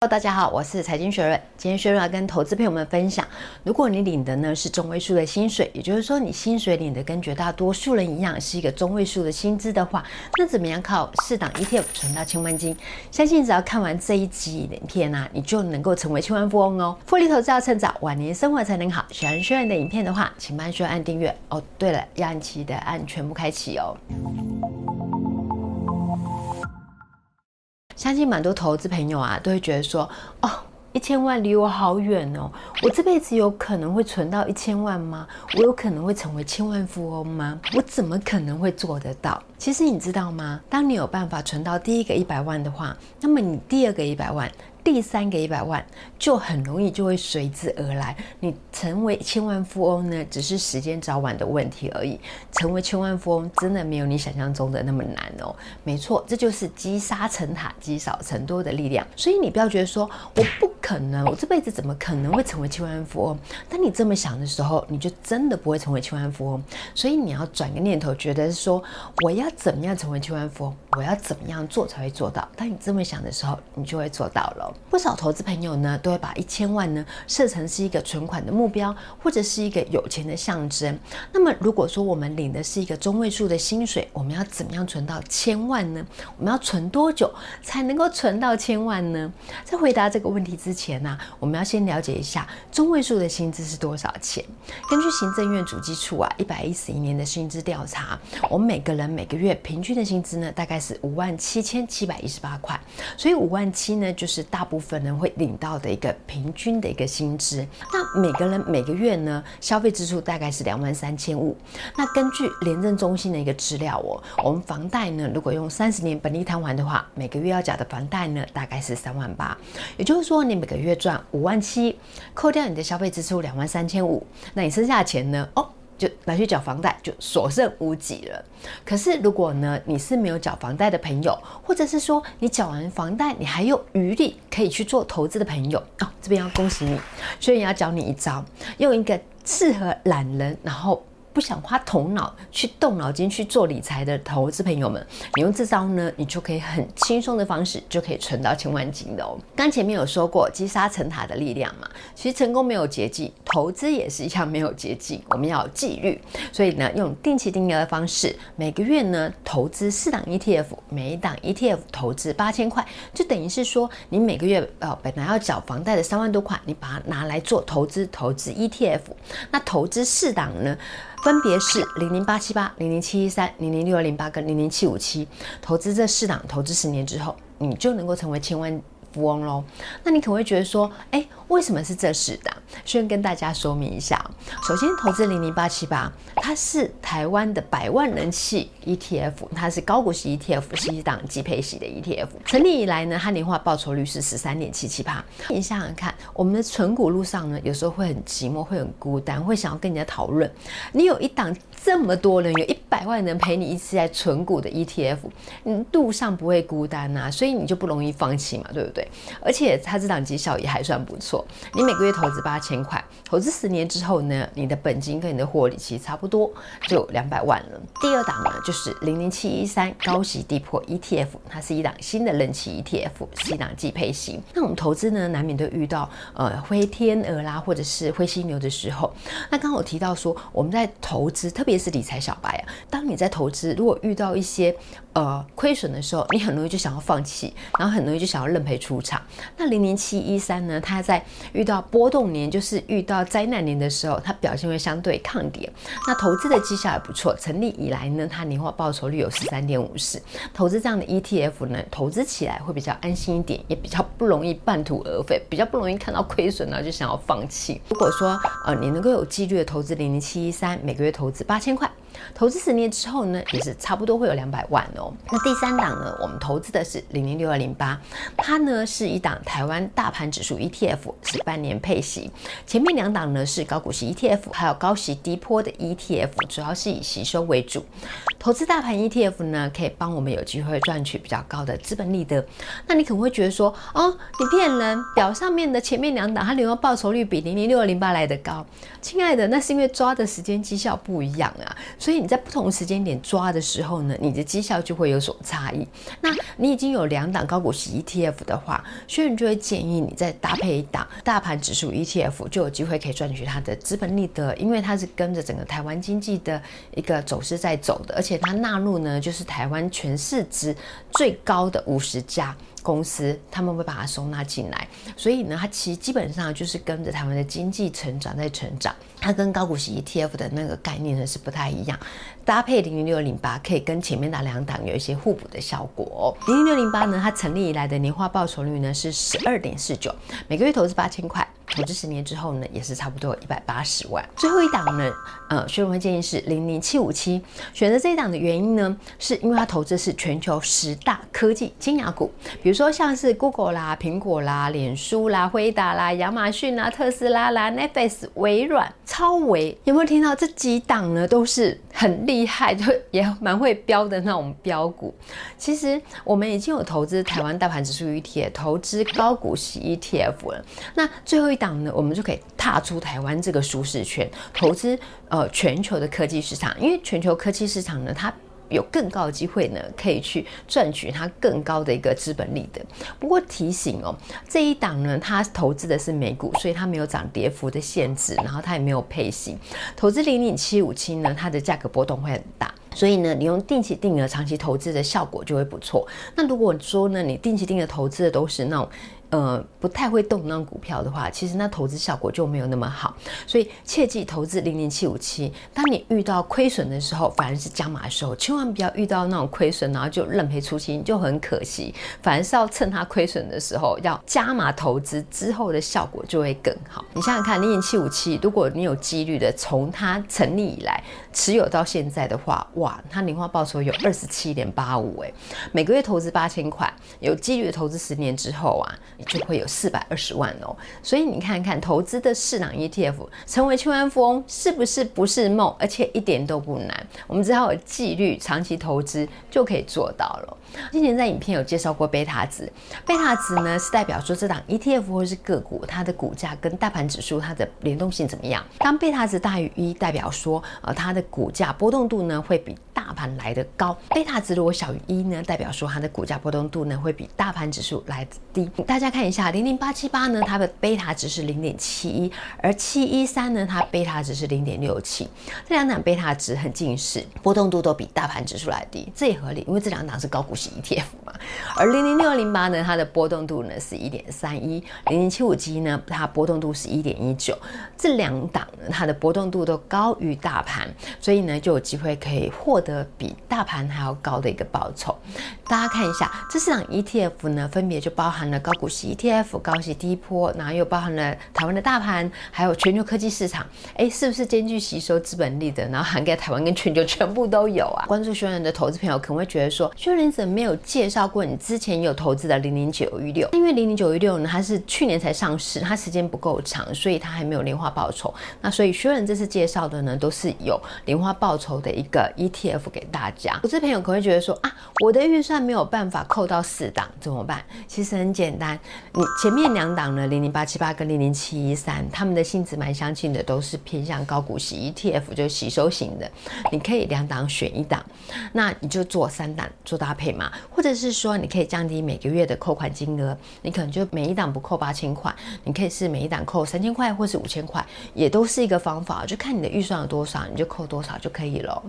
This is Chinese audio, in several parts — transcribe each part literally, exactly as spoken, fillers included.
大家好，我是财经学润。今天学润要跟投资朋友们分享，如果你领的呢是中位数的薪水，也就是说你薪水领的跟绝大多数人一样是一个中位数的薪资的话，那怎么样靠四档 E T F 存到千万金？相信只要看完这一集影片啊，你就能够成为千万富翁哦。复利投资要趁早，晚年生活才能好。喜欢学润的影片的话，请帮学润按订阅哦。对了，要按期的按全部开启哦。相信蛮多投资朋友啊，都会觉得说，哦，一千万离我好远哦，我这辈子有可能会存到一千万吗？我有可能会成为千万富翁吗？我怎么可能会做得到？其实你知道吗？当你有办法存到第一个一百万的话，那么你第二个一百万。第三个一百万就很容易就会随之而来，你成为千万富翁呢，只是时间早晚的问题而已。成为千万富翁真的没有你想象中的那么难哦。没错，这就是积沙成塔、积少成多的力量。所以你不要觉得说我不可能，我这辈子怎么可能会成为千万富翁？当你这么想的时候，你就真的不会成为千万富翁。所以你要转个念头，觉得说我要怎么样成为千万富翁？我要怎么样做才会做到？当你这么想的时候，你就会做到了。不少投资朋友呢，都会把一千万呢设成是一个存款的目标，或者是一个有钱的象征。那么，如果说我们领的是一个中位数的薪水，我们要怎么样存到千万呢？我们要存多久才能够存到千万呢？在回答这个问题之前呢、啊，我们要先了解一下中位数的薪资是多少钱。根据行政院主计处啊一百一十一年的薪资调查，我们每个人每个月平均的薪资呢，大概是五万七千七百一十八块。所以五万七呢，就是大部分人会领到的一个平均的一个薪资。那每个人每个月呢，消费支出大概是两万三千五。那根据廉政中心的一个资料哦，我们房贷呢，如果用三十年本利摊还的话，每个月要缴的房贷呢，大概是三万八。也就是说，你每个月赚五万七，扣掉你的消费支出两万三千五，那你剩下的钱呢？哦。就拿去缴房贷，就所剩无几了。可是如果呢，你是没有缴房贷的朋友，或者是说你缴完房贷，你还有余力可以去做投资的朋友哦，这边要恭喜你，所以要教你一招，用一个适合懒人，然后不想花头脑去动脑筋去做理财的投资朋友们，你用这招呢，你就可以很轻松的方式就可以存到千万金的哦。刚前面有说过积沙成塔的力量嘛，其实成功没有捷径，投资也是一样没有捷径，我们要有纪律。所以呢，用定期定额的方式，每个月呢投资四档 E T F， 每一档 E T F 投资八千块，就等于是说你每个月呃本来要缴房贷的三万多块，你把它拿来做投资，投资 E T F， 那投资四档呢？分别是零零八七八、零零七一三、零零六二零八跟零零七五七，投资这四档，投资十年之后，你就能够成为千万富翁喽。那你可能会觉得说，哎，为什么是这四档？先跟大家说明一下。首先，投资零零八七八，它是台湾的百万人气 E T F， 它是高股息 E T F， 是一档季配息的 E T F。成立以来呢，它年化报酬率是 十三点七七趴。你想想看，我们的存股路上呢，有时候会很寂寞，会很孤单，会想要跟人家讨论。你有一档这么多人，有一百万人陪你一起在存股的 E T F， 你路上不会孤单啊，所以你就不容易放弃嘛，对不对？而且它这档绩效也还算不错，你每个月投资八千块，投资十年之后呢，你的本金跟你的获利其实差不多，就两百万了。第二档呢，就是零零七一三高息低波 E T F， 它是一档新的人气 E T F， 是一档季配息。那我们投资呢，难免都遇到呃灰天鹅啦，或者是灰犀牛的时候。那刚刚我提到说，我们在投资，特别是理财小白啊，当你在投资，如果遇到一些呃亏损的时候，你很容易就想要放弃，然后很容易就想要认赔出场。那零零七一三呢，它在遇到波动年，就是遇到灾难年的时候，它表现会相对抗跌。那投资的绩效也不错，成立以来呢，它年化报酬率有 十三点五四。投资这样的 E T F 呢，投资起来会比较安心一点，也比较不容易半途而废，比较不容易看到亏损呢就想要放弃。如果说呃你能够有纪律的投资零零七一三，每个月投资八千块。投资十年之后呢，也是差不多会有两百万哦。那第三档呢，我们投资的是零零六二零八，它呢是一档台湾大盘指数 E T F， 是半年配息。前面两档呢是高股息 E T F， 还有高息低波的 E T F， 主要是以息收为主。投资大盘 E T F 呢，可以帮我们有机会赚取比较高的资本利得。那你可能会觉得说，哦，你骗人，表上面的前面两档它年化报酬率比零零六二零八来得高。亲爱的，那是因为抓的时间绩效不一样啊。 所以你在不同时间点抓的时候呢，你的绩效就会有所差异。那你已经有两档高股息 E T F 的话，学员就会建议你再搭配一档大盘指数 E T F， 就有机会可以赚取它的资本利得，因为它是跟着整个台湾经济的一个走势在走的，而且它纳入呢就是台湾全市值最高的五十家公司，他们会把它收纳进来，所以呢，它其实基本上就是跟着台湾的经济成长在成长。它跟高股息 E T F 的那个概念呢是不太一样，搭配零零六零八可以跟前面那两档有一些互补的效果哦。零零六零八呢，它成立以来的年化报酬率呢是十二点四九，每个月投资八千块。投资十年之后呢，也是差不多一百八十万。最后一档呢，呃，学员会建议是零零七五七。选择这一档的原因呢，是因为它投资是全球十大科技金牙股，比如说像是 Google 啦、苹果啦、脸书啦、辉达啦、亚马逊啦、特斯拉啦、Netflix、微软、超微。有没有听到这几档呢？都是很厉害，就也蛮会标的那种标股。其实我们已经有投资台湾大盘指数 E T F， 投资高股息 E T F 了。那最后一档呢，我们就可以踏出台湾这个舒适圈，投资呃全球的科技市场。因为全球科技市场呢，它有更高的机会呢，可以去赚取它更高的一个资本利得。不过提醒哦，这一档呢，它投资的是美股，所以它没有涨跌幅的限制，然后它也没有配息。投资零零七五七呢，它的价格波动会很大。所以呢，你用定期定额长期投资的效果就会不错。那如果说呢，你定期定额投资的都是那种呃不太会动那种股票的话，其实那投资效果就没有那么好。所以切记投资零零七五七，当你遇到亏损的时候，反而是加码的时候，千万不要遇到那种亏损然后就认赔出清，就很可惜。反而是要趁它亏损的时候要加码投资，之后的效果就会更好。你想想看，零零七五七，如果你有纪律的从它成立以来持有到现在的话，哇，它年化报酬有 二十七点八五 哎，每个月投资八千块，有纪律的投资十年之后啊，你就会有四百二十万哦。所以你看看投资的四档 E T F， 成为千万富翁是不是不是梦？而且一点都不难，我们只要有纪律，长期投资就可以做到了。之前在影片有介绍过贝塔值，贝塔值呢是代表说这档 E T F 或是个股它的股价跟大盘指数它的联动性怎么样。当贝塔值大于一，代表说呃它的股价波动度呢会比大盘来得高；贝塔值如果小于一呢，代表说它的股价波动度呢会比大盘指数来得低。大家看一下零零八七八呢，它的贝塔值是 零点七一，而七一三呢，它贝塔值是 零点六七，这两档贝塔值很近似，波动度都比大盘指数来低，这也合理，因为这两档是高股息 E T F 嘛。而零零六零八呢，它的波动度呢是 一点三一，零零七五七呢，它波动度是 一点一九，这两档呢，它的波动度都高于大盘，所以呢就有机会可以获得比大盘还要高的一个报酬。大家看一下，这四档 E T F 呢，分别就包含了高股息 E T F、高息低波，然后又包含了台湾的大盘，还有全球科技市场。哎，是不是兼具吸收资本利得，然后涵盖台湾跟全球全部都有啊？关注学员的投资朋友可能会觉得说，学员怎么没有介绍过你之前有投资的零零九一六？因为零零九一六呢，它是去年才上市，它时间不够长，所以它还没有年化报酬。那所以学员这次介绍的呢，都是有年化报酬的一个 E T F 给大家。投资朋友可能会觉得说啊，我的预算没有办法扣到四档怎么办？其实很简单，你前面两档呢，零零八七八跟零零七一三，他们的性质蛮相近的，都是偏向高股息 E T F， 就是吸收型的。你可以两档选一档，那你就做三档做搭配嘛，或者是说你可以降低每个月的扣款金额，你可能就每一档不扣八千块，你可以是每一档扣三千块或是五千块，也都是一个方法，就看你的预算有多少，你就扣多少就可以了。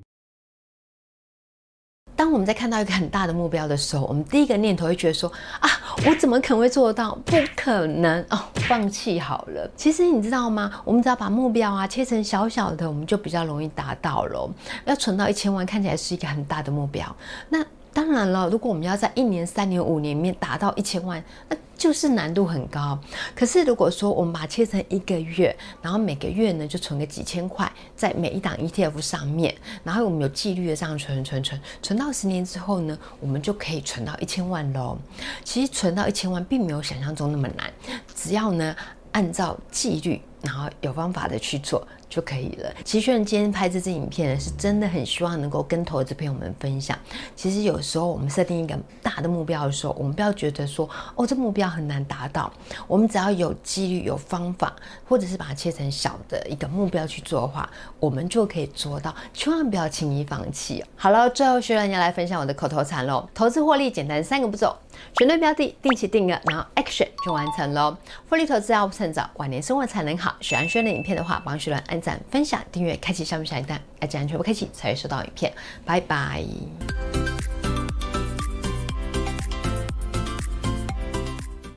当我们在看到一个很大的目标的时候，我们第一个念头会觉得说啊，我怎么可能会做得到？不可能哦，放弃好了。其实你知道吗？我们只要把目标啊切成小小的，我们就比较容易达到了。要存到一千万，看起来是一个很大的目标。那当然了，如果我们要在一年、三年、五年里面达到一千万，那就是难度很高。可是如果说我们把它切成一个月，然后每个月呢就存个几千块在每一档 E T F 上面，然后我们有纪律的这样存存存，存到十年之后呢，我们就可以存到一千万咯。其实存到一千万并没有想象中那么难，只要呢按照纪律然后有方法的去做就可以了。其实学员今天拍这支影片呢，是真的很希望能够跟投资朋友们分享。其实有时候我们设定一个大的目标的时候，我们不要觉得说，哦，这目标很难达到。我们只要有纪律、有方法，或者是把它切成小的一个目标去做的话，我们就可以做到。千万不要轻易放弃。好了，最后学员要来分享我的口头禅喽。投资获利简单三个步骤：选对标的，定期定额，然后 action 就完成喽。获利投资要趁早，晚年生活才能好。喜欢学员的影片的话，帮学员按赞、分享、订阅、开启下面小铃铛，要记得全部开启才会收到影片。拜拜。